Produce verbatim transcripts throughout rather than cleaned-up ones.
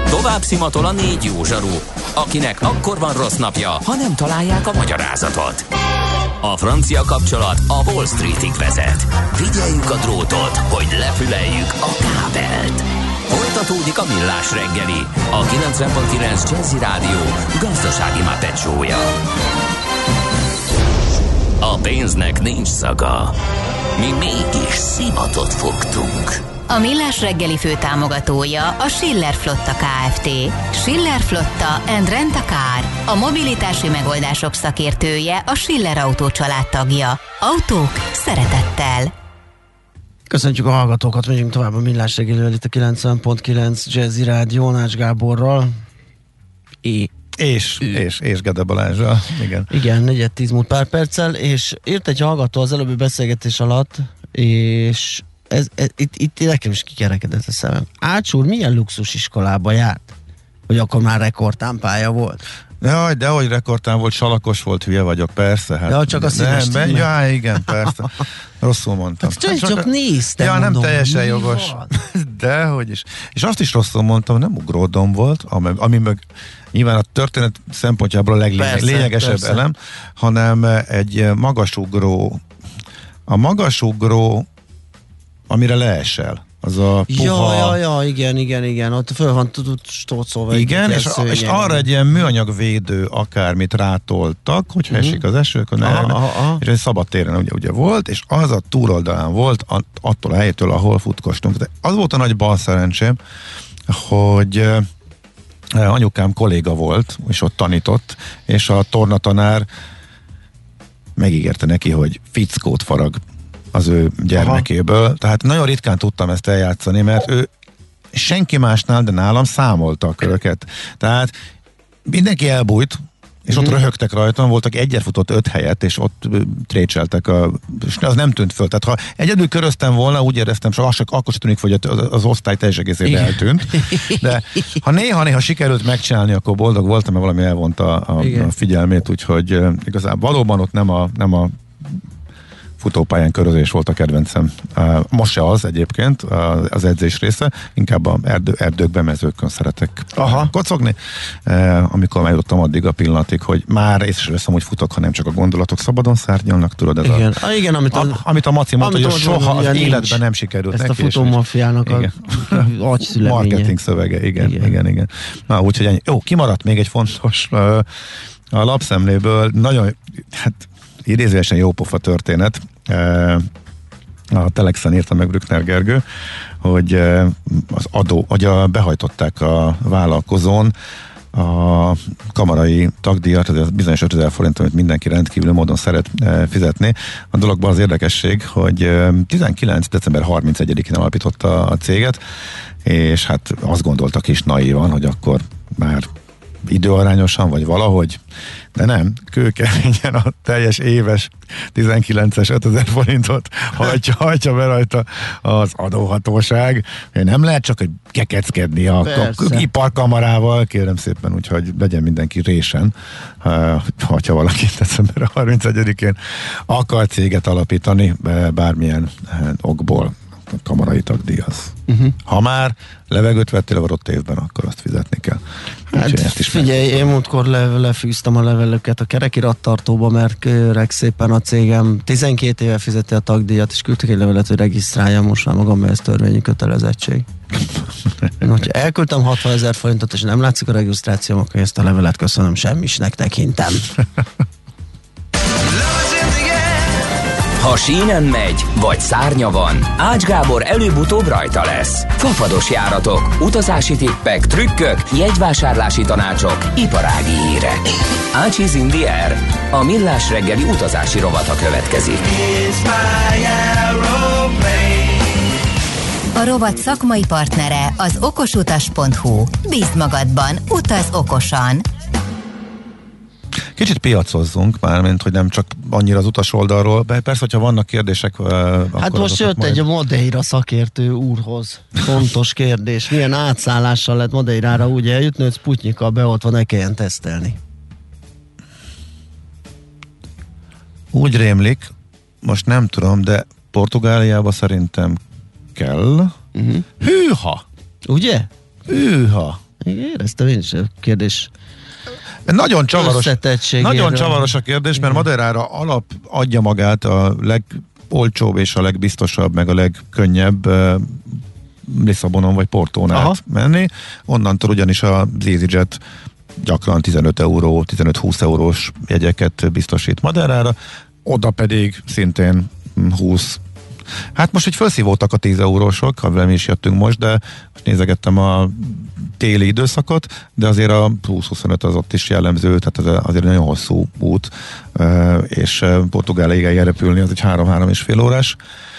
Tovább szimatol a négy jó zsaru, akinek akkor van rossz napja, ha nem találják a magyarázatot. A francia kapcsolat a Wall Streetig vezet. Figyeljük a drótot, hogy lefüleljük a kábelt. Folytatódik a Millás reggeli, a kilencven pont kilenc Jazzy Rádió gazdasági mápecsója. A pénznek nincs szaga. Mi mégis szimatot fogtunk. A Millás reggeli főtámogatója a Schiller Flotta Kft. Schiller Flotta and Rent a Car. A mobilitási megoldások szakértője, a Schiller Autó család tagja. Autók szeretettel. Köszöntjük a hallgatókat, megyünk tovább a Millás reggelivel itt a kilencven pont kilenc Jazzy Rádió, Nács Gáborral. É. És, és, és Gede Balázsral, igen. Igen, negyed tíz múlt pár perccel, és írt egy hallgató az előbbi beszélgetés alatt, és ez, ez, itt, itt nekem is kikerekedett a szemem. Ács úr, milyen luxusiskolába járt? Hogy akkor már rekordtámpája volt? Jaj, de hogy rekordtán volt, salakos volt, hülye vagyok, persze. Hát, ja, csak a szíves. Nem, ja, igen, persze. Rosszul mondtam. Hát csak, csak néztem, ja, mondom, nem teljesen jogos. De, hogy is. És azt is rosszul mondtam, nem ugródom volt, ami, ami meg nyilván a történet szempontjából a leglényegesebb elem, hanem egy magasugró, a magasugró, amire leesel. Az a puha... Ja, ja, ja, igen, igen, igen, ott föl van tudott stócolva. Igen, és, a, és arra egy ilyen műanyagvédő akármit rátoltak, hogyha uh-huh. esik az eső, akkor ne, aha, aha. és egy szabad téren ugye, ugye volt, és az a túloldalán volt attól a helytől, ahol futkostunk. De az volt a nagy bal szerencsém, hogy uh, anyukám kolléga volt, és ott tanított, és a tornatanár megígérte neki, hogy fickót farag az ő gyermekéből. Aha. Tehát nagyon ritkán tudtam ezt eljátszani, mert ő senki másnál, de nálam számolta a köröket. Tehát mindenki elbújt, és mm. ott röhögtek rajtam, voltak egyet futott öt helyet, és ott trécseltek, a, és az nem tűnt föl. Tehát ha egyedül köröztem volna, úgy éreztem, csak akkor sem tűnik, hogy az, az osztály teljes egészében eltűnt. De ha néha-néha sikerült megcsinálni, akkor boldog voltam, mert valami elvonta a, a figyelmét, úgyhogy igazából valóban ott nem a, nem a futópályán körözés volt a kedvencem. Most se az egyébként, az edzés része, inkább a erdő, erdőkben, mezőkön szeretek Aha. kocogni, amikor eljutottam addig a pillanatig, hogy már észreveszem, hogy futok, hanem csak a gondolatok szabadon szárnyalnak, tudod, ez igen. a, a, igen, amit a, a, amit a Maci mondta, hogy soha az életben nincs. Nem sikerült ezt neki. Ezt a futómafiának a agyszüleménye. Marketing szövege, igen, igen, igen. igen. Na, úgyhogy ennyi. Jó, kimaradt még egy fontos a lapszemléből, nagyon, hát idézőesen jópofa történet. A Telexen írta meg Brückner Gergő, hogy az adó, hogy a, behajtották a vállalkozón a kamarai tagdíjat, ez bizonyos ötezer forint, amit mindenki rendkívül módon szeret fizetni. A dologban az érdekesség, hogy tizenkilenc december harmincegyedikén alapította a céget, és hát azt gondoltak is naívan, hogy akkor már időarányosan, vagy valahogy, de nem, kőkeményen a teljes éves tizenkilences ötezer forintot hajtja, hajtja be rajta az adóhatóság. Nem lehet csak, hogy kekeckedni a iparkamarával, kérem szépen, úgyhogy legyen mindenki résen, hogyha valaki december harmincegyedikén akar céget alapítani, bármilyen okból kamarai tagdíjaz. Uh-huh. Ha már levegőt vettél a adott évben, akkor azt fizetni kell. Hát ezt is figyelj, meg... én múltkor le, lefűztem a levelőket a kerekirattartóba, mert kérek szépen a cégem tizenkét éve fizeti a tagdíjat, és küldtek egy levelet, hogy regisztráljam most már magam, mert ez törvényi kötelezettség. Hogyha elküldtem hatvanezer forintot, és nem látszik a regisztrációm, akkor ezt a levelet köszönöm, semmisnek tekintem. Ha sínen megy, vagy szárnya van, Ács Gábor előbb-utóbb rajta lesz. Fafados járatok, utazási tippek, trükkök, jegyvásárlási tanácsok, iparági hírek. Ácsiz in the air. A Millás reggeli utazási rovata következik. A rovat szakmai partnere az okosutas pont hu. Bízd magadban, utaz okosan! Kicsit piacozzunk, mármint, hogy nem csak annyira az utas oldalról, de persze, hogyha vannak kérdések, hát most jött majd... egy Madeira szakértő úrhoz. Fontos kérdés. Milyen átszállással lehet Madeirára úgy eljutni, hogy Sputnikkal beoltva ne kelljen tesztelni? Úgy rémlik, most nem tudom, de Portugáliába szerintem kell. Uh-huh. Hűha! Ugye? Hűha! Éreztem én is a kérdés. Nagyon csavaros, nagyon csavaros a kérdés, mert Madeirára alap adja magát a legolcsóbb és a legbiztosabb, meg a legkönnyebb uh, Lisszabonon vagy Portón át menni. Onnantól ugyanis az EasyJet gyakran tizenöt euró, tizenöt-húsz eurós jegyeket biztosít Madeirára, oda pedig szintén húsz. Hát most így felszívódtak a tíz eurósok, ha velem is jöttünk most, de most nézegettem a téli időszakot, de azért a húsz-huszonöt az ott is jellemző, tehát azért nagyon hosszú út, és Portugáliáig repülni, az egy három-három és fél órás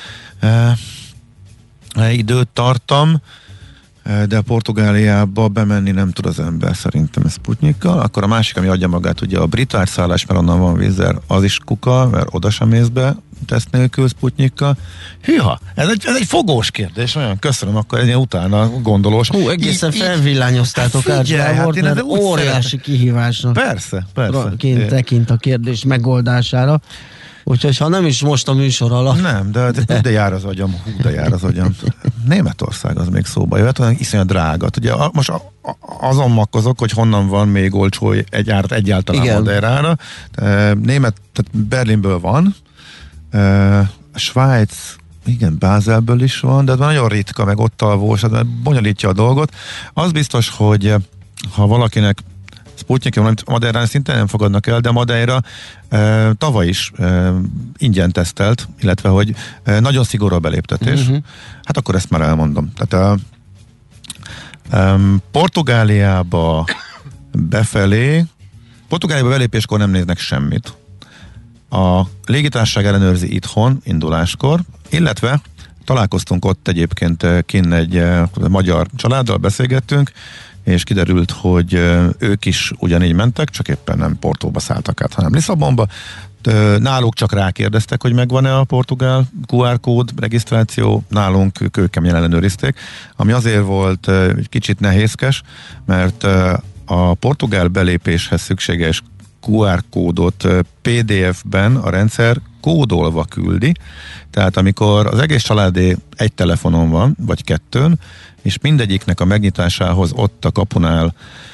időt tartam, de Portugáliába bemenni nem tud az ember szerintem ez Sputnikkal. Akkor a másik, ami adja magát, ugye a brit átszállás, mert onnan van vízzel, az is kuka, mert oda sem mész be teszt nélkül Sputnikkal. Hűha, ez egy, ez egy fogós kérdés, olyan köszönöm, akkor egy utána gondolós. Hú, egészen így, felvillányoztátok át, hát mert óriási szeretem. Kihívásnak. Persze, persze. Ként tekint a kérdés megoldására. Úgyhogy ha nem is most a műsor alatt. Nem, de, de, de jár az agyam, hú, de jár az agyam. Németország az még szóba jöhet, olyan iszonyat drága. Ugye most azon makkozok, hogy honnan van még olcsó egy árat egyáltalán Madeirára. Német, tehát Berlinből van, Svájc, igen, Bázelből is van, de ez nagyon ritka, meg ott alvós, mert bonyolítja a dolgot. Az biztos, hogy ha valakinek Sputnikon, Madeirán szintén nem fogadnak el, de Madeira e, tavaly is e, ingyen tesztelt, illetve hogy e, nagyon szigorú a beléptetés. Uh-huh. Hát akkor ezt már elmondom. Tehát a, e, Portugáliába befelé, Portugáliába belépéskor nem néznek semmit. A légitársaság ellenőrzi itthon, induláskor, illetve találkoztunk ott egyébként kinn egy e, magyar családdal, beszélgettünk, és kiderült, hogy ők is ugyanígy mentek, csak éppen nem Portóba szálltak át, hanem Lisszabonba. Náluk csak rákérdeztek, hogy megvan-e a portugál kú er kód regisztráció, nálunk ők, ők keményen ellenőrizték, ami azért volt egy kicsit nehézkes, mert a portugál belépéshez szükséges kú er kódot pé dé ef-ben a rendszer kódolva küldi, tehát amikor az egész családé egy telefonon van, vagy kettőn, és mindegyiknek a megnyitásához ott a kapunál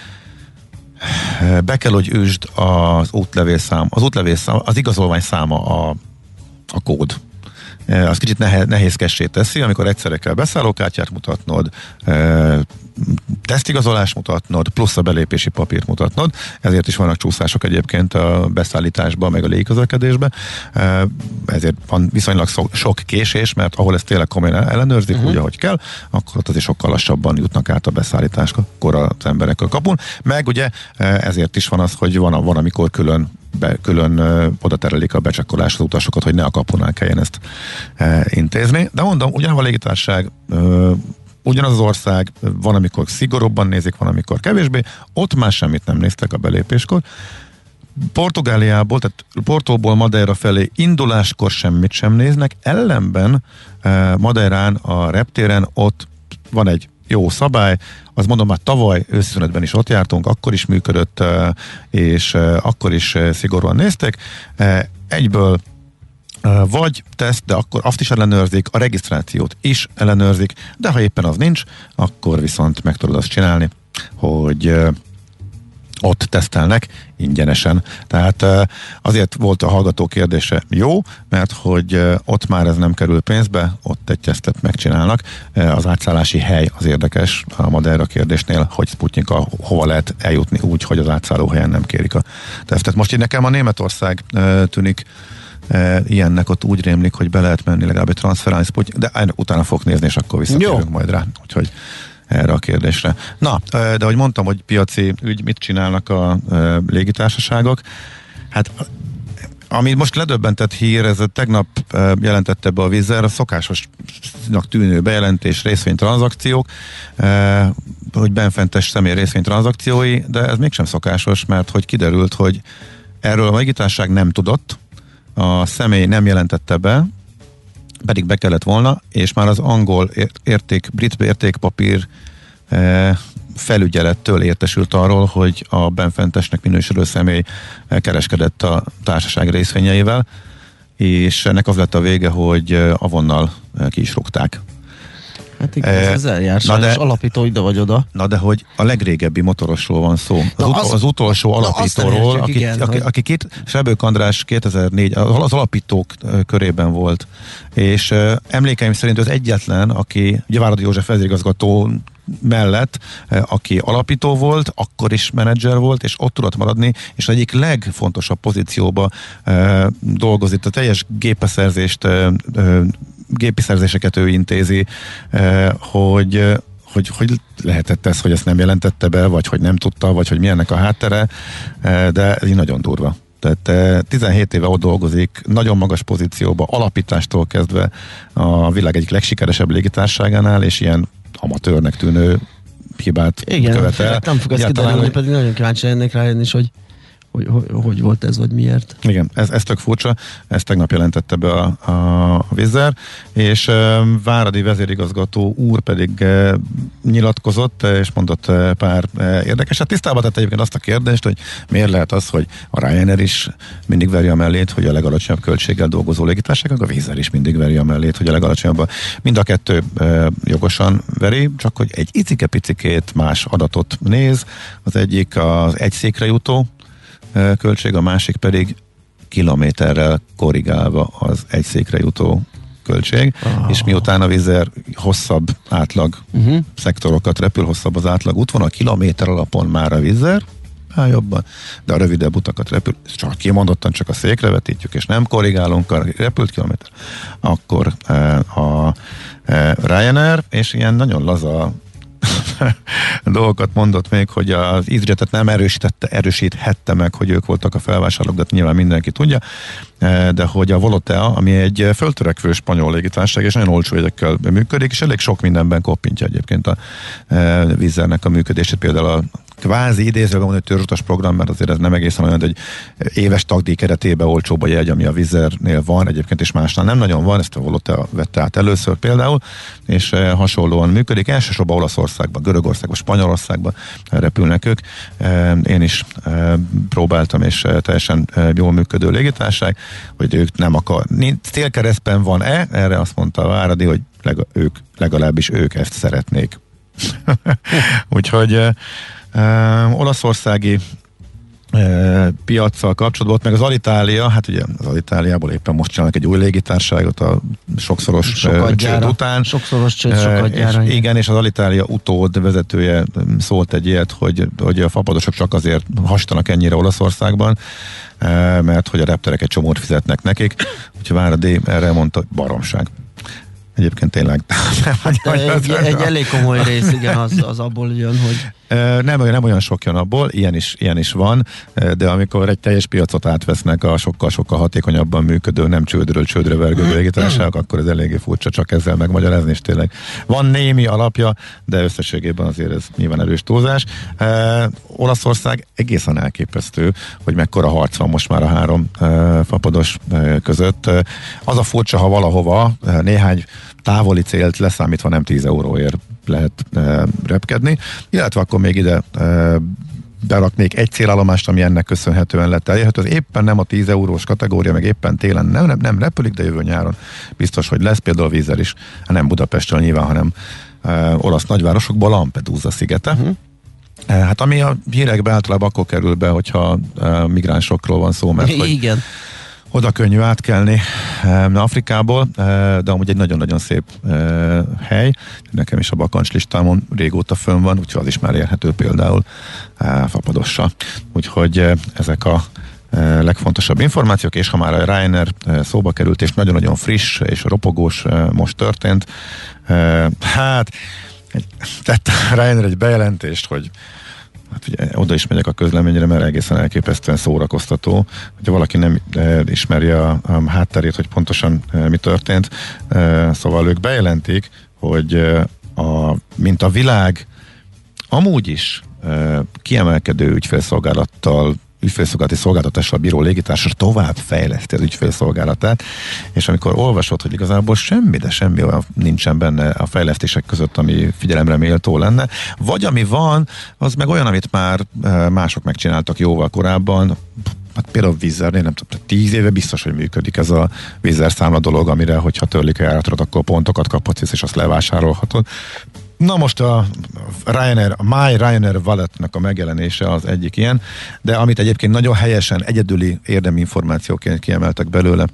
be kell, hogy üsd az útlevélszám, az útlevélszám, az igazolvány száma a, a kód. Az kicsit nehe, nehézkessé teszi, amikor egyszerre kell beszállókártyát mutatnod, e, tesztigazolást mutatnod, plusz a belépési papírt mutatnod, ezért is vannak csúszások egyébként a beszállításban, meg a légiközlekedésben, e, ezért van viszonylag sok késés, mert ahol ezt tényleg komolyan ellenőrzik, uh-huh. úgy, ahogy kell, akkor ott azért sokkal lassabban jutnak át a beszállításkor az emberek a kapun, meg ugye ezért is van az, hogy van, van amikor külön Be, külön ö, oda terelik a becsekkolás az utasokat, hogy ne a kapunál kelljen ezt e, intézni. De mondom, ugyanaz a légitársaság, ö, ugyanaz az ország, van, amikor szigorúbban nézik, van, amikor kevésbé, ott már semmit nem néztek a belépéskor. Portugáliából, tehát Portóból Madeira felé induláskor semmit sem néznek, ellenben e, Madeirán a reptéren ott van egy jó szabály, az mondom már tavaly őszszünetben is ott jártunk, akkor is működött, és akkor is szigorúan nézték. Egyből vagy teszt, de akkor azt is ellenőrzik, a regisztrációt is ellenőrzik, de ha éppen az nincs, akkor viszont meg tudod azt csinálni, hogy ott tesztelnek ingyenesen. Tehát azért volt a hallgató kérdése jó, mert hogy ott már ez nem kerül pénzbe, ott egy tesztet megcsinálnak. Az átszállási hely az érdekes a Madeira kérdésnél, hogy Sputnikkal hova lehet eljutni úgy, hogy az átszállóhelyen nem kérik a tesztet. Most így nekem a Németország tűnik ilyennek, ott úgy rémlik, hogy be lehet menni legalább egy transferálni Sputnik, de utána fogok nézni, és akkor visszatérünk majd rá. Úgyhogy erre a kérdésre. Na, de ahogy mondtam, hogy piaci ügy, mit csinálnak a e, légitársaságok? Hát, ami most ledöbbentett hír, ez a tegnap e, jelentette be a Wizz Air, a szokásosnak tűnő bejelentés, részvénytranzakciók, e, hogy benfentes személy részvénytranzakciói, de ez mégsem szokásos, mert hogy kiderült, hogy erről a légitársaság nem tudott, a személy nem jelentette be, pedig be kellett volna, és már az angol érték, brit értékpapír e, felügyelettől értesült arról, hogy a benfentesnek minősülő személy kereskedett a társaság részvényeivel, és ennek az lett a vége, hogy avonnal ki is rúgták. Hát igen, ez az eljárás alapító ide vagy oda. Na de hogy a legrégebbi motorosról van szó. Az, na, ut- az, az utolsó alapítóról, aki, igen, aki, aki két, Sebők András kétezer-négy az alapítók körében volt, és uh, emlékeim szerint az egyetlen, aki, ugye Váradi József vezérigazgató mellett, aki alapító volt, akkor is menedzser volt, és ott tudott maradni, és egyik legfontosabb pozícióba e, dolgozik. A teljes gépeszerzést, e, gépiszerzéseket ő intézi, e, hogy, hogy, hogy lehetett ez, hogy ezt nem jelentette be, vagy hogy nem tudta, vagy hogy mi ennek a háttere, e, de ez így nagyon durva. Tehát tizenhét éve ott dolgozik, nagyon magas pozícióba, alapítástól kezdve a világ egyik legsikeresebb légitársaságánál, és ilyen amatőrnek tűnő hibát igen, követel. Igen, nem fog ezt kiderülni, pedig nagyon kíváncsi lennék rájönni is, hogy Hogy, hogy, hogy volt ez, vagy miért. Igen, ez, ez tök furcsa, ezt tegnap jelentette be a, a, a Wizzair, és e, Váradi vezérigazgató úr pedig e, nyilatkozott, és mondott e, pár e, érdekeset. Tisztába tette egyébként azt a kérdést, hogy miért lehet az, hogy a Ryanair is mindig veri a mellét, hogy a legalacsonyabb költséggel dolgozó légitársaság, a Wizzair is mindig veri a mellét, hogy a legalacsonyabb. Mind a kettő e, jogosan veri, csak hogy egy icike-picikét más adatot néz. Az egyik az egy székre jutó költség, a másik pedig kilométerrel korrigálva az egy székre jutó költség, oh. és miután a Wizzair hosszabb átlag uh-huh. szektorokat repül, hosszabb az átlag útvonal, a kilométer alapon már a Wizzair, hát jobban, de a rövidebb utakat repül, csak kimondottan csak a székre vetítjük, és nem korrigálunk a repült kilométer, akkor a, a Ryanair, és ilyen nagyon laza dolgokat mondott még, hogy az EasyJet-et nem erősítette, erősíthette meg, hogy ők voltak a felvásárlók, de nyilván mindenki tudja, de hogy a Volotea, ami egy föltörekvő spanyol légitársaság, és nagyon olcsó jegyekkel működik, és elég sok mindenben koppintja egyébként a Wizzairnek a működését, például a kvázi idézőben van egy törzsutas program, mert azért ez nem egészen olyan, hogy egy éves tagdíj keretében olcsóbb a jegy, ami a Wizzairnél van, egyébként is másnál nem nagyon van, ezt a Volotea vette át először például, és hasonlóan működik. Elsősorban Olaszországban, Görögországban, Spanyolországban repülnek ők. Én is próbáltam, és teljesen jól működő légitársaság, hogy ők nem akar. Célkeresztben van-e? Erre azt mondta a Váradi, hogy leg- ők, legalábbis ők ezt szeretnék. Úgyhogy Uh, olaszországi uh, piaccal kapcsolatban, ott meg az Alitalia, hát ugye az Alitalia-ból éppen most csinálnak egy új légitársaságot a sokszoros uh, csőd után. Sokszoros csőd, sokat gyára. És igen, és az Alitalia utód vezetője szólt egy ilyet, hogy, hogy a fapadosok csak azért hastanak ennyire Olaszországban, uh, mert hogy a repterek egy csomót fizetnek nekik, úgyhogy Váradi erre mondta, hogy baromság. Egyébként tényleg. Hát egy, egy elég komoly rész, igen, az, az abból jön, hogy... Nem, nem olyan sok jön abból, ilyen is, ilyen is van, de amikor egy teljes piacot átvesznek a sokkal-sokkal hatékonyabban működő, nem csődről csődre vergődő légitársaságok, akkor ez eléggé furcsa csak ezzel megmagyarázni, és tényleg van némi alapja, de összességében azért ez nyilván erős túlzás. E, Olaszország egészen elképesztő, hogy mekkora harc van most már a három e, fapados e, között. Az a furcsa, ha valahova e, néhány távoli célt leszámítva nem tíz euróért lehet e, repkedni, illetve akkor még ide e, beraknék egy célállomást, ami ennek köszönhetően lett elérhető. Az éppen nem a tíz eurós kategória, meg éppen télen nem, nem, nem repülik, de jövő nyáron biztos, hogy lesz, például a Wizzair is, nem Budapestről nyilván, hanem e, olasz nagyvárosokból, Lampedusa szigete. Uh-huh. E, hát ami a hírekben általában akkor kerül be, hogyha e, migránsokról van szó, mert hogy igen. Oda könnyű átkelni e, Afrikából, e, de amúgy egy nagyon-nagyon szép e, hely. Nekem is a bakancslistámon régóta fönn van, úgyhogy az is már érhető például e, Fapadossal. Úgyhogy e, ezek a e, legfontosabb információk, és ha már a Ryanair e, szóba került, és nagyon-nagyon friss és ropogós e, most történt, e, hát egy, tett a Ryanair egy bejelentést, hogy hát ugye oda is megyek a közleményre, mert egészen elképesztően szórakoztató. Hogyha valaki nem e, ismeri a, a hátterét, hogy pontosan e, mi történt, e, szóval ők bejelentik, hogy e, a, mint a világ amúgy is e, kiemelkedő ügyfélszolgálattal, ügyfélszolgálati szolgáltatással bíró légitársaság tovább fejleszti az ügyfélszolgálatát, és amikor olvasod, hogy igazából semmi, de semmi olyan nincsen benne a fejlesztések között, ami figyelemre méltó lenne, vagy ami van, az meg olyan, amit már mások megcsináltak jóval korábban, hát például Wizz Air, én nem tudom, tíz éve biztos, hogy működik ez a Wizz Air számla dolog, amire, hogyha törlik a járatot, akkor pontokat kaphatsz, és azt levásárolhatod. Na most a Ryanair, a My Ryanair Walletnek a megjelenése az egyik ilyen, de amit egyébként nagyon helyesen egyedüli érdemi információként kiemeltek belőle,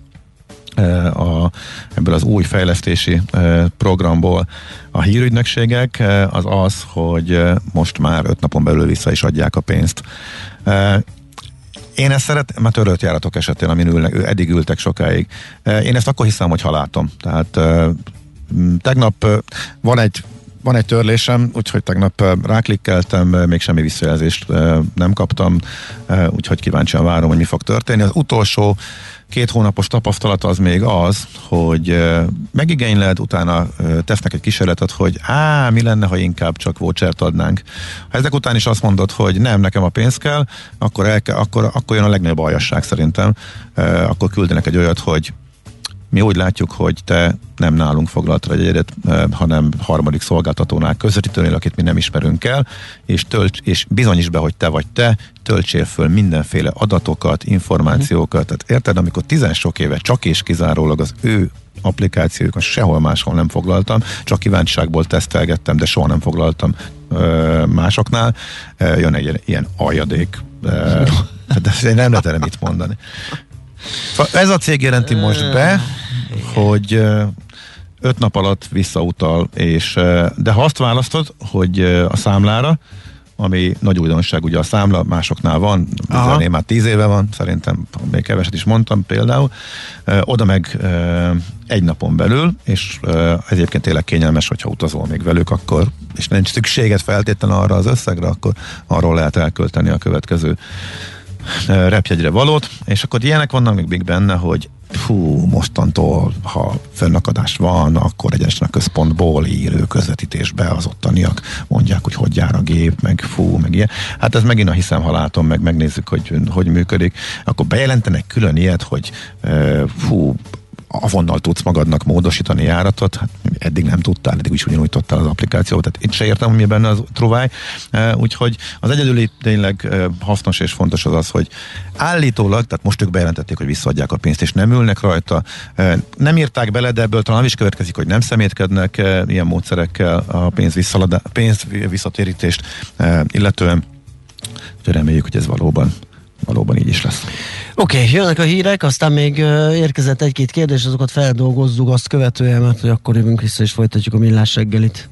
A, ebből az új fejlesztési e, programból a hírügynökségek, e, az az, hogy e, most már öt napon belül vissza is adják a pénzt. E, én ezt szeretem, mert törölt járatok esetén, amin ülnek, eddig ültek sokáig. E, én ezt akkor hiszem, hogy ha látom. Tehát e, tegnap e, van egy Van egy törlésem, úgyhogy tegnap ráklikkeltem, még semmi visszajelzést nem kaptam, úgyhogy kíváncsian várom, hogy mi fog történni. Az utolsó két hónapos tapasztalat az még az, hogy megigényled, utána tesznek egy kísérletet, hogy á, mi lenne, ha inkább csak vouchert adnánk. Ha ezek után is azt mondod, hogy nem, nekem a pénz kell, akkor, el kell, akkor, akkor jön a legnagyobb aljasság szerintem. Akkor küldenek egy olyat, hogy mi úgy látjuk, hogy te nem nálunk foglaltad egy egyet, hanem harmadik szolgáltatónál, közvetítőnél, akit mi nem ismerünk el, és, tölts, és bizonyíts be, hogy te vagy te, töltsél föl mindenféle adatokat, információkat. Tehát érted, amikor tizen sok éve csak és kizárólag az ő applikációkat sehol máshol nem foglaltam, csak kíváncsiságból tesztelgettem, de soha nem foglaltam ö, másoknál, jön egy ilyen aljadék. Ö, de én nem lehet erre mit mondani. Ez a cég jelenti most be, hogy öt nap alatt visszautal, és, de ha azt választod, hogy a számlára, ami nagy újdonság, ugye a számla másoknál van, én már tíz éve van, szerintem még keveset is mondtam például, oda meg egy napon belül, és ez egyébként tényleg kényelmes, hogyha utazol még velük, akkor, és nincs szükséged feltétlenül arra az összegre, akkor arról lehet elkölteni a következő repjegyre valót, és akkor ilyenek vannak még benne, hogy fú, mostantól, ha fönnakadás van, akkor egyenesen a központból élő közvetítésbe az ottaniak mondják, hogy hogy jár a gép, meg fú, meg ilyen. Hát ez megint a hiszem, ha látom, meg megnézzük, hogy hogy működik. Akkor bejelentenek külön ilyet, hogy fú, avonnal tudsz magadnak módosítani járatot, hát eddig nem tudtál, eddig is ugyanúgy tudtál az applikációt, tehát itt se értem, hogy mi benne az truváj, úgyhogy az egyedüli tényleg hasznos és fontos az az, hogy állítólag, tehát most ők bejelentették, hogy visszaadják a pénzt, és nem ülnek rajta, nem írták bele, de ebből talán is következik, hogy nem szemétkednek ilyen módszerekkel a pénz, visszaladá, pénz visszatérítést illetően, úgyhogy reméljük, hogy ez valóban valóban így is lesz. Oké, okay, jönnek a hírek, aztán még uh, érkezett egy-két kérdés, azokat feldolgozzuk azt követően, mert hogy akkor jövünk vissza és folytatjuk a Millás reggelit.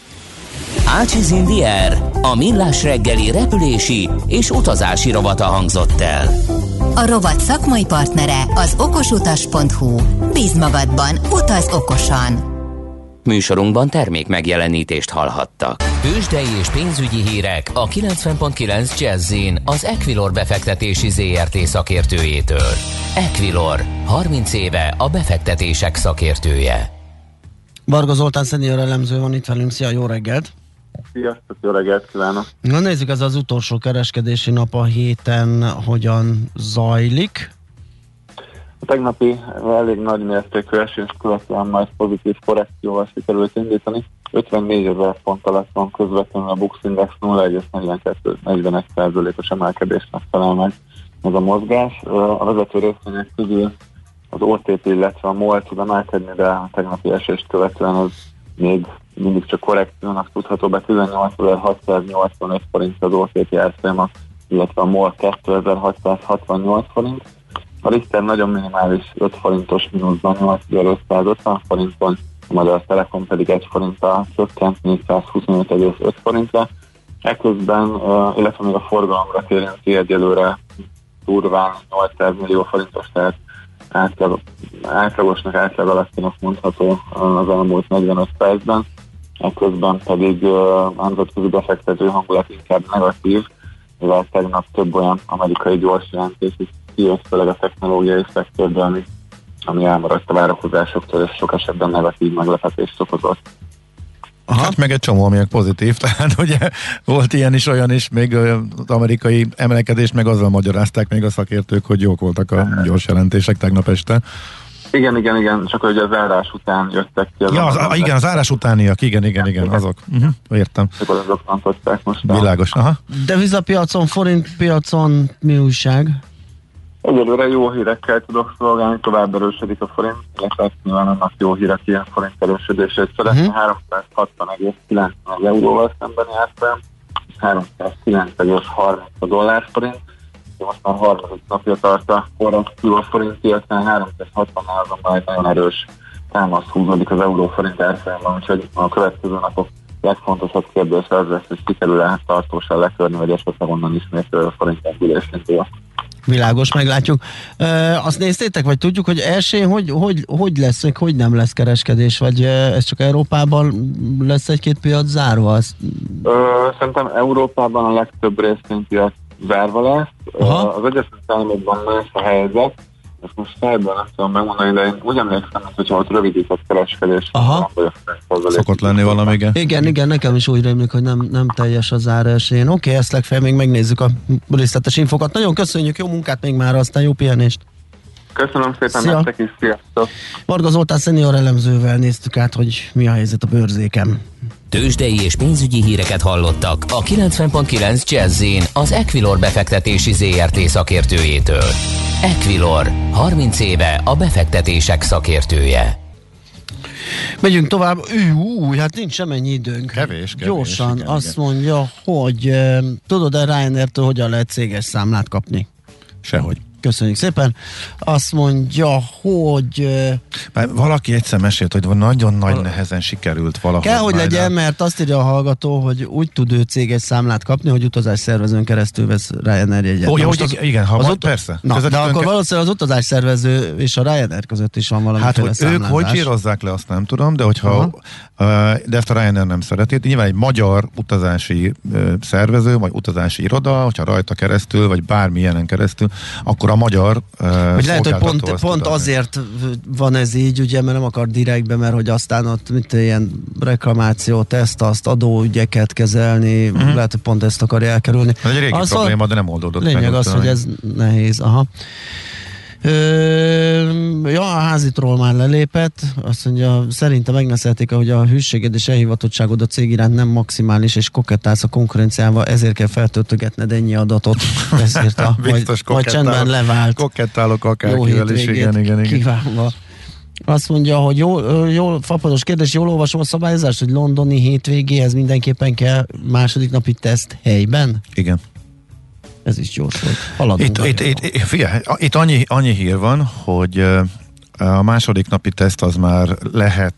Ácsiz Indiér, a Millás reggeli repülési és utazási rovata hangzott el. A rovat szakmai partnere az okosutas pont hu. Bízz magadban, utaz okosan! Műsorunkban termék megjelenítést hallhattak. Tőzsdei és pénzügyi hírek a kilencven pont kilenc Jazz-in az Equilor befektetési zé er té szakértőjétől. Equilor, harminc éve a befektetések szakértője. Varga Zoltán szenior elemző van itt velünk, szia, jó reggelt! Sziasztok, jó reggelt kívánok! Na nézzük, ez az utolsó kereskedési nap a héten hogyan zajlik. A tegnapi elég nagy mértékű esés követően majd pozitív korrekcióval sikerült indítani. ötvennégyezer pont alatt van közvetlenül a Bux Index nulla egész negyvenkettő negyvenegy százalékos emelkedésnek felel meg ez a mozgás. A vezető részvények közül az o té pé, illetve a MOL tud emelkedni, de a tegnapi esést követően az még mindig csak korrekciónak tudható be. tizennyolcezer-hatszáznyolcvanöt forint az o té pé árfolyama, illetve a MOL kétezer-hatszázhatvannyolc forint. A Richter nagyon minimális öt forintos mínuszban, nyolcezer-ötszázötven forinton, a Magyar Telekom pedig egy forinttal csökkent négyszázhuszonöt egész öt forintra. Ekközben, illetve még a forgalomra térünk ki, egyelőre durván nyolcszáz millió forintos, tehát átlag, átlagosnak, átlag alattinak mondható az elmúlt negyvenöt percben. Ekközben pedig a nemzetközi befektető hangulat inkább negatív, mivel tegnap több olyan amerikai gyors jelentés is kijött, főleg a technológiai szektorban, ami, ami elmaradt a várakozásoktól, és sok esetben negatív meglepetést okozott. Aha. Hát meg egy csomó, ami pozitív, tehát ugye volt ilyen is, olyan is, még az amerikai emelkedést meg azzal magyarázták még a szakértők, hogy jók voltak a gyors jelentések tegnap este. Igen, igen, igen, csak hogy az árás után jöttek ki. Ja, az, a, igen, az árás utániak, igen, igen, igen, igen. azok. Uh-huh, értem. Akkor azok tantották most. Világos, aha. Devizapiacon, forintpiacon mi újság? Egyelőre jó hírekkel tudok szolgálni, tovább erősödik a forint, illetve nyilván annak jó hírek ilyen forint erősödését szeretne. Uh-huh. háromszázhatvan egész kilencven euróval szemben árfolyam, háromszázkilenc egész harminc a dollár forint, most már harmadik napja tart a korrekció a forint piacán, háromszázhatvannál azonban egy nagyon erős támasz húzódik az euró-forint árfolyamban, úgyhogy a következő napok legfontosabb kérdés az lesz, hogy sikerül-e tartósan lekörni, vagy esetleg onnan ismét a forint elbírásintől. Világos, meglátjuk. E, azt néztétek, vagy tudjuk, hogy elsőn hogy, hogy, hogy lesz, vagy hogy nem lesz kereskedés, vagy ez csak Európában lesz egy-két piac zárva? Az... Ö, szerintem Európában a legtöbb részvénypiac zárva lesz. Aha. Az Egyesült Államokban más a helyzet, ezt most fejből nem tudom megmondani, de én úgy emlékszem, hogy ott rövidített kereskedés. Szokott lenni valami, igen. Igen, igen, nekem is úgy rémlik, hogy nem, nem teljes az zár elsőjén. Oké, okay, ezt legfeljebb még megnézzük a részletes infokat. Nagyon köszönjük, jó munkát még már, aztán jó pihenést. Köszönöm szépen, nektek is, sziasztok! Varga Zoltán szenior elemzővel néztük át, hogy mi a helyzet a bőrzéken. Tőzsdei és pénzügyi híreket hallottak a kilencven pont kilenc Jazz-in az Equilor befektetési zé er té szakértőjétől. Equilor, harminc éve a befektetések szakértője. Megyünk tovább. Ú, hát nincs semennyi időnk. Kevés, kevés. Gyorsan igen, azt igen. mondja, hogy uh, tudod-e Ryanair-től hogyan lehet céges számlát kapni? Sehogy. Köszönjük szépen. Azt mondja, hogy... Már valaki egyszer mesélt, hogy nagyon nagy nehezen sikerült valahogy. Kell, hogy legyen, mert azt írja a hallgató, hogy úgy tud ő céges számlát kapni, hogy utazás szervezőn keresztül vesz Ryanair jegyet. Ó, hogy az, igen, ha van, persze. Na, de akkor ke... valószínűleg az utazás szervező és a Ryanair között is van valami. Hát, hogy ők hogy zsírozzák le, azt nem tudom, de hogyha uh, de ezt a Ryanair nem szereti. Nyilván egy magyar utazási uh, szervező, vagy utazási iroda, hogyha rajta keresztül, vagy bármilyenen keresztül, akkor a magyar uh, hogy lehet, hogy pont, pont azért van ez így, ugye, mert nem akar direktbe, mert hogy aztán ott mit ilyen reklamáció, teszt, azt adóügyeket kezelni, uh-huh. lehet, hogy pont ezt akarja elkerülni. Ez egy régi az probléma, de nem oldódott meg. Lényeg az, hogy ez nehéz. Aha. Ö, ja, a házitról már lelépett, azt mondja, szerintem megneszelték, hogy a hűséged és elhivatottságod a cég iránt nem maximális, és kokettálsz a konkurenciával, ezért kell feltöltögetned ennyi adatot. Ezért a, biztos vagy csendben levált. Kokettálok akárkivel is, igen, igen, igen. Kívánva. Azt mondja, hogy jól, jól fapados kérdés, jól olvasom a szabályozást, hogy londoni hétvégéhez mindenképpen kell második napi teszt helyben? Igen. Ez is gyors volt. Haladunk. Itt, itt, itt, figyelj, itt annyi, annyi hír van, hogy a második napi teszt az már lehet,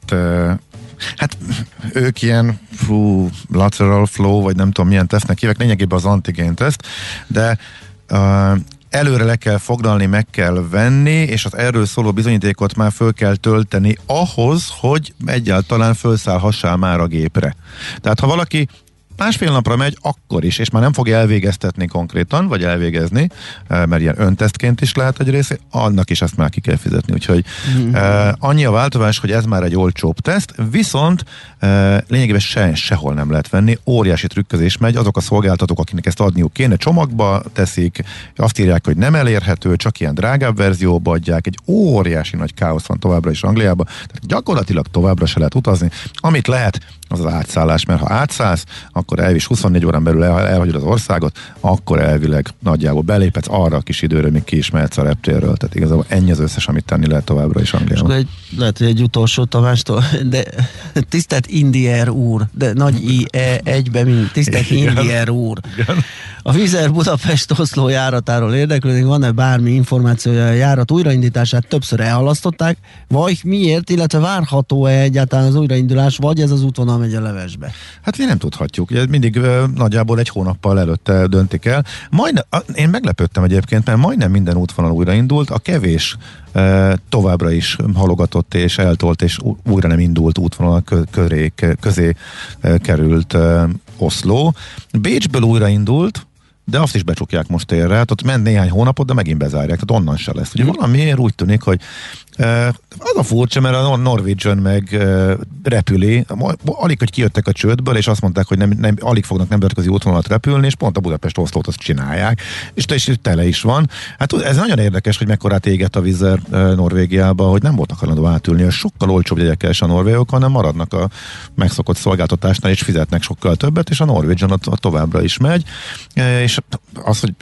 hát ők ilyen fú, lateral flow, vagy nem tudom milyen tesztnek hívják, lényegében az antigén teszt, de uh, előre le kell foglalni, meg kell venni, és az erről szóló bizonyítékot már föl kell tölteni ahhoz, hogy egyáltalán felszállhassál már a gépre. Tehát ha valaki másfél napra megy, akkor is, és már nem fogja elvégeztetni konkrétan, vagy elvégezni, mert ilyen öntesztként is lehet egy rész, annak is ezt már ki kell fizetni. Úgyhogy mm-hmm. eh, annyi a változás, hogy ez már egy olcsóbb teszt, viszont eh, lényegében se, sehol nem lehet venni, óriási trükközés megy, azok a szolgáltatók, akinek ezt adniuk kéne, csomagba teszik, azt írják, hogy nem elérhető, csak ilyen drágább verzióba adják, egy óriási nagy káosz van továbbra is Angliában, tehát gyakorlatilag továbbra se lehet utazni. Amit lehet, az az átszállás, mert ha átszállsz, akkor elvis huszonnégy órán belül el, elhagyod az országot, akkor elvileg nagyjából beléphetsz arra a kis időre, míg ki is mehetsz a reptérről. Tehát igazából ennyi az összes, amit tenni lehet továbbra is Angliában. Egy, lehet, hogy egy utolsó Tamástól, de tisztelt Indier úr, de nagy I E egybe mind, tisztelt Indier úr. Igen. A Wizz Air Budapest-Oszló járatáról érdeklődik, van-e bármi információja a járat újraindítását többször elhalasztották, vagy miért, illetve várható-e egyáltalán az újraindulás, vagy ez az útvonal megy a levesbe? Hát mi nem tudhatjuk. Ugye mindig uh, nagyjából egy hónappal előtte döntik el. Majdnem, uh, én meglepődtem egyébként, mert majdnem minden útvonal újraindult, a kevés uh, továbbra is halogatott és eltolt és újra nem indult útvonal köré, közé uh, került uh, Oszló. Bécsből újraindult, de azt is becsukják most érre, hát ott ment néhány hónapot, de megint bezárják, tehát onnan se lesz. Ugye valamiért úgy tűnik, hogy uh, az a furcsa, mert a Norwegian meg uh, repüli, alig, hogy kijöttek a csődből, és azt mondták, hogy nem, nem, alig fognak nemzetközi útvonalat repülni, és pont a Budapest-Oszlót azt csinálják, és, és tele is van. Hát ez nagyon érdekes, hogy mekkorát égett a Wizz Air uh, Norvégiába, hogy nem voltak hajlandó átülni, a sokkal olcsóbb jegyekkel is a norvégok, hanem maradnak a megszokott szolgáltatásnál, és fizetnek sokkal többet, és a Norwegian a, a továbbra is megy, és az, hogy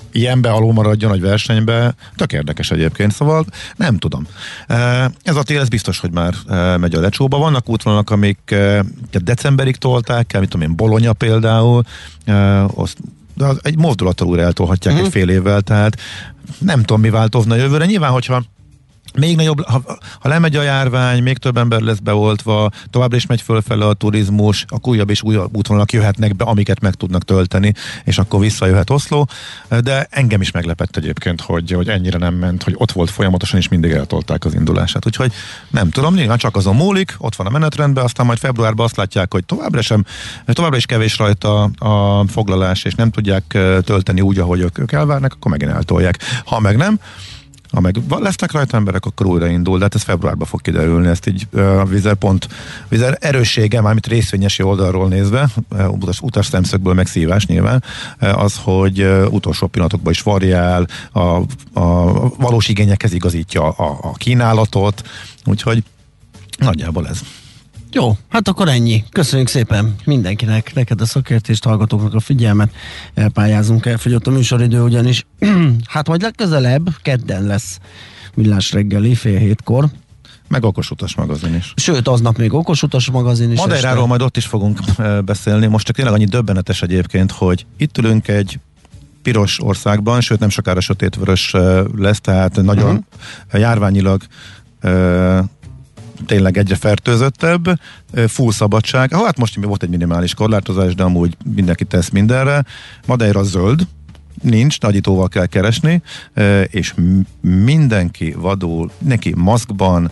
ilyenbe alul maradjon, egy versenybe, tök érdekes egyébként, szóval nem tudom. Ez a tél, ez biztos, hogy már megy a lecsóba. Vannak útvonalak, amik decemberig tolták el, mit tudom én, Bologna például, de egy mozdulattal újra eltolhatják mm. egy fél évvel, tehát nem tudom, mi változna jövőre. Nyilván, hogyha még nagyobb, ha, ha lemegy a járvány, még több ember lesz beoltva, továbbra is megy fölfele a turizmus, akkor újabb és újabb útvonalak jöhetnek be, amiket meg tudnak tölteni, és akkor visszajöhet Oszló, de engem is meglepett egyébként, hogy, hogy ennyire nem ment, hogy ott volt folyamatosan, és mindig eltolták az indulását. Úgyhogy nem tudom, nyilván csak azon múlik, ott van a menetrendben, aztán majd februárban azt látják, hogy továbbra sem, továbbra is kevés rajta a foglalás, és nem tudják tölteni úgy, ahogy ők, ők elvárnak, akkor megint eltolják. Ha meg nem, ha meg lesznek rajta emberek, akkor újraindul, de hát ez februárban fog kiderülni, ezt így a Vizer pont, Vizer erőssége, mármint részvényesi oldalról nézve, utas, utas szemszögből meg szívás nyilván, az, hogy utolsó pillanatokban is variál, a, a valós igényekhez igazítja a, a kínálatot, úgyhogy nagyjából ez. Jó, hát akkor ennyi. Köszönjük szépen mindenkinek, neked a szakértést, hallgatóknak a figyelmet. Elpályázunk, elfogyott a műsoridő ugyanis. Hát majd legközelebb kedden lesz Millás reggeli fél hétkor. Meg Okos Utas magazin is. Sőt, aznap még Okos Utas magazin is. Madeiráról majd ott is fogunk beszélni. Most csak tényleg annyi döbbenetes egyébként, hogy itt ülünk egy piros országban, sőt nem sokára sötétvörös lesz, tehát nagyon uh-huh. járványilag tényleg egyre fertőzöttebb, full szabadság. Hát most volt egy minimális korlátozás, de amúgy mindenki tesz mindenre. Madeira zöld, nincs, nagyítóval kell keresni, és mindenki vadul, neki maszkban,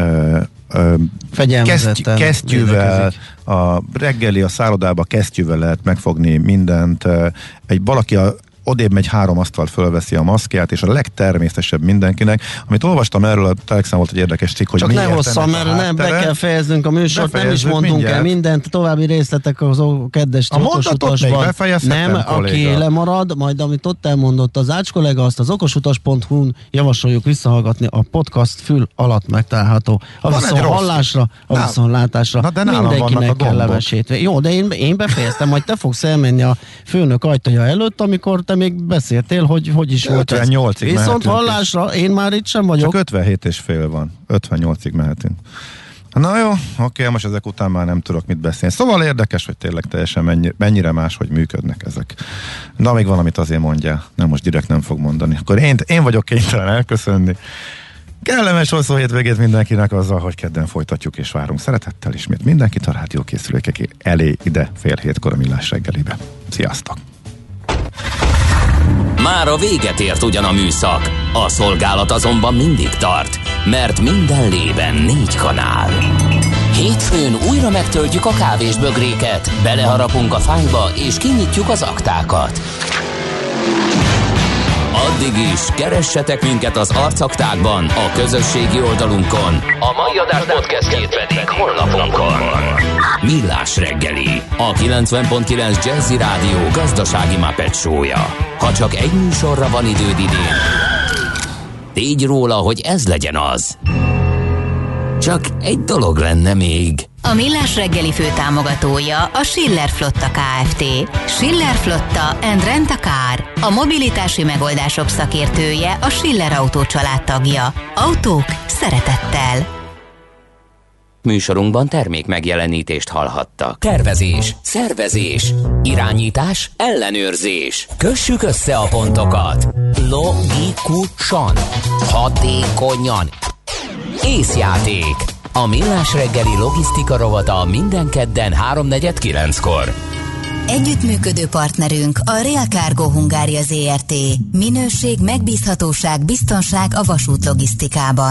keszty, kesztyűvel, a reggeli a szállodába kesztyűvel lehet megfogni mindent. Egy valaki a odébb megy, három asztalt fölveszi a maszkját, és a legtermészetesebb mindenkinek. Amit olvastam erről, a Telexen volt egy érdekes cikk, hogy csak ne hosszan, mert nem, be kell fejeznünk a műsort, nem is mondtunk mindjárt el mindent, további részletek az kedves Okos Utasban. Nem, aki lemarad, majd amit ott elmondott az Ács kollega, azt az okosutas pont hu-n javasoljuk visszahallgatni, a podcast fül alatt megtalálható. A viszonthallásra, a viszontlátásra. Mindenkinek kellemes hétvégét. Jó, de én, én befejeztem, majd te fogsz elmenni a főnök ajtaja előtt, amikor te még beszéltél, hogy hogy is volt ez. Viszont hallásra, én már itt sem vagyok. Csak ötvenhét és fél van. ötvennyolcig mehetünk. Na jó, oké, most ezek után már nem tudok mit beszélni. Szóval érdekes, hogy tényleg teljesen mennyi, mennyire máshogy működnek ezek. Na, még valamit azért mondjál. Nem, most direkt nem fog mondani. Akkor én, én vagyok kénytelen elköszönni. Kellemes hosszú hétvégét mindenkinek azzal, hogy kedden folytatjuk és várunk szeretettel ismét mindenkit a rádiókészülékek elé ide fél hétkor a Millás reggelibe. Sziasztok! Már a véget ért ugyan a műszak, a szolgálat azonban mindig tart, mert minden lében négy kanál. Hétfőn újra megtöltjük a kávés bögréket, beleharapunk a fányba és kinyitjuk az aktákat. Addig is keressetek minket az arcaktákban, a közösségi oldalunkon. A mai adás podcastjét pedig honlapunkon. Millás reggeli, a kilencven pont kilenc Jazzy Rádió gazdasági Muppet show-ja. Ha csak egy műsorra van időd idén, tégy róla, hogy ez legyen az. Csak egy dolog lenne még. A Millás reggeli főtámogatója a Schiller Flotta Kft. Schiller Flotta and Rent a Car. A mobilitási megoldások szakértője, a Schiller Autó családtagja. Autók szeretettel. Műsorunkban termék megjelenítést hallhattak. Tervezés, szervezés, irányítás, ellenőrzés. Kössük össze a pontokat. Logikusan, hatékonyan. Észjáték. A Millás reggeli logisztika rovata minden kedden háromnegyed kilenckor. Együttműködő partnerünk a Real Cargo Hungária Zrt. Minőség, megbízhatóság, biztonság a vasútlogisztikában.